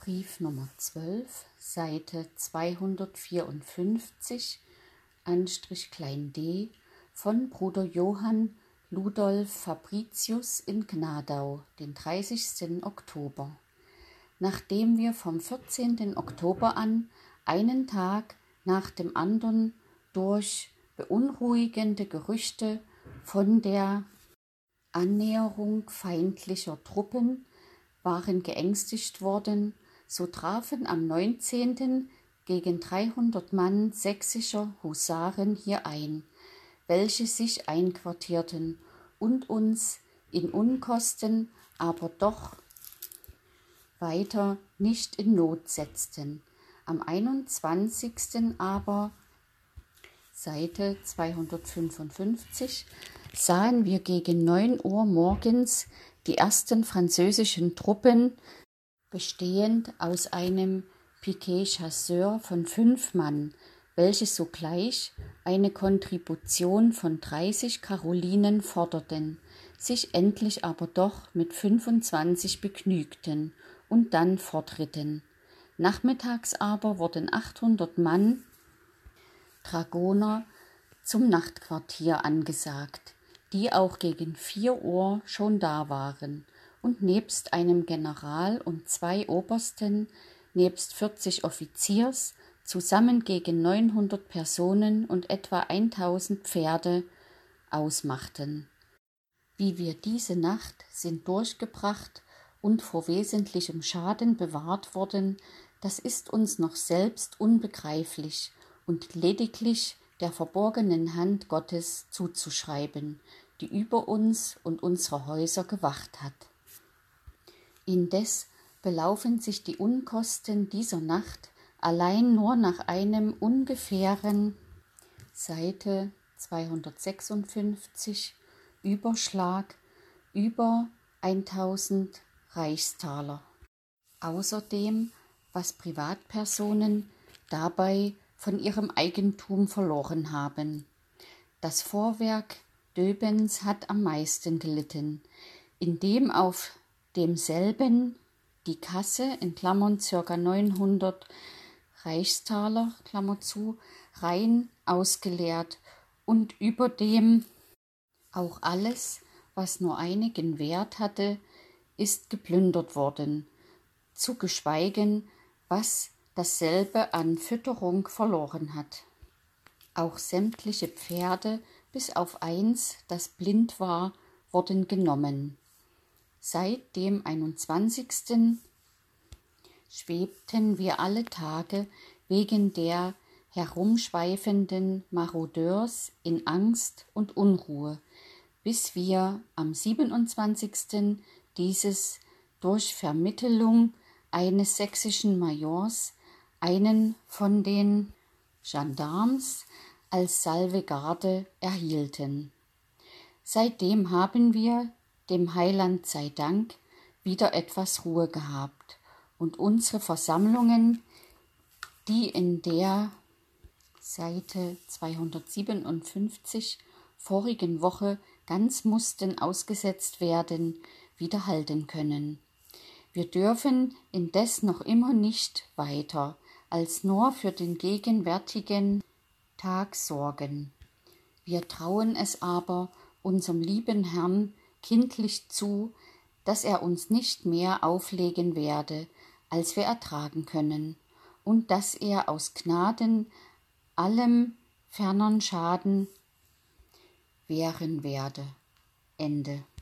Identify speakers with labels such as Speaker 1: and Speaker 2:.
Speaker 1: Brief Nummer 12, Seite 254, Anstrich klein d, von Bruder Johann Ludolf Fabricius in Gnadau, den 30. Oktober. Nachdem wir vom 14. Oktober an einen Tag nach dem anderen durch beunruhigende Gerüchte von der Annäherung feindlicher Truppen waren geängstigt worden, so trafen am 19. gegen 300 Mann sächsischer Husaren hier ein, welche sich einquartierten und uns in Unkosten, aber doch weiter nicht in Not setzten. Am 21. aber, Seite 255, sahen wir gegen 9 Uhr morgens die ersten französischen Truppen, bestehend aus einem Piquet-Chasseur von 5 Mann, welche sogleich eine Kontribution von 30 Karolinen forderten, sich endlich aber doch mit 25 begnügten und dann fortritten. Nachmittags aber wurden 800 Mann Dragoner zum Nachtquartier angesagt, die auch gegen 4 Uhr schon da waren und nebst einem General und 2 Obersten, nebst 40 Offiziers, zusammen gegen 900 Personen und etwa 1000 Pferde ausmachten. Wie wir diese Nacht sind durchgebracht und vor wesentlichem Schaden bewahrt worden, das ist uns noch selbst unbegreiflich und lediglich der verborgenen Hand Gottes zuzuschreiben, die über uns und unsere Häuser gewacht hat. Indes belaufen sich die Unkosten dieser Nacht allein nur nach einem ungefähren, Seite 256, Überschlag über 1000 Reichstaler. Außerdem, was Privatpersonen dabei von ihrem Eigentum verloren haben. Das Vorwerk Döbens hat am meisten gelitten, indem auf demselben die Kasse in Klammern ca. 900 Reichstaler, Klammer zu, rein ausgeleert und überdem auch alles, was nur einigen Wert hatte, ist geplündert worden, zu geschweigen, was dasselbe an Fütterung verloren hat. Auch sämtliche Pferde, bis auf eins, das blind war, wurden genommen. Seit dem 21. schwebten wir alle Tage wegen der herumschweifenden Marodeurs in Angst und Unruhe, bis wir am 27. dieses durch Vermittelung eines sächsischen Majors einen von den Gendarmes als Salvegarde erhielten. Seitdem haben wir, dem Heiland sei Dank, wieder etwas Ruhe gehabt und unsere Versammlungen, die in der Seite 257 vorigen Woche ganz mussten ausgesetzt werden, wieder halten können. Wir dürfen indes noch immer nicht weiter als nur für den gegenwärtigen Tag sorgen. Wir trauen es aber unserem lieben Herrn kindlich zu, dass er uns nicht mehr auflegen werde, als wir ertragen können, und dass er aus Gnaden allem fernern Schaden wehren werde. Ende.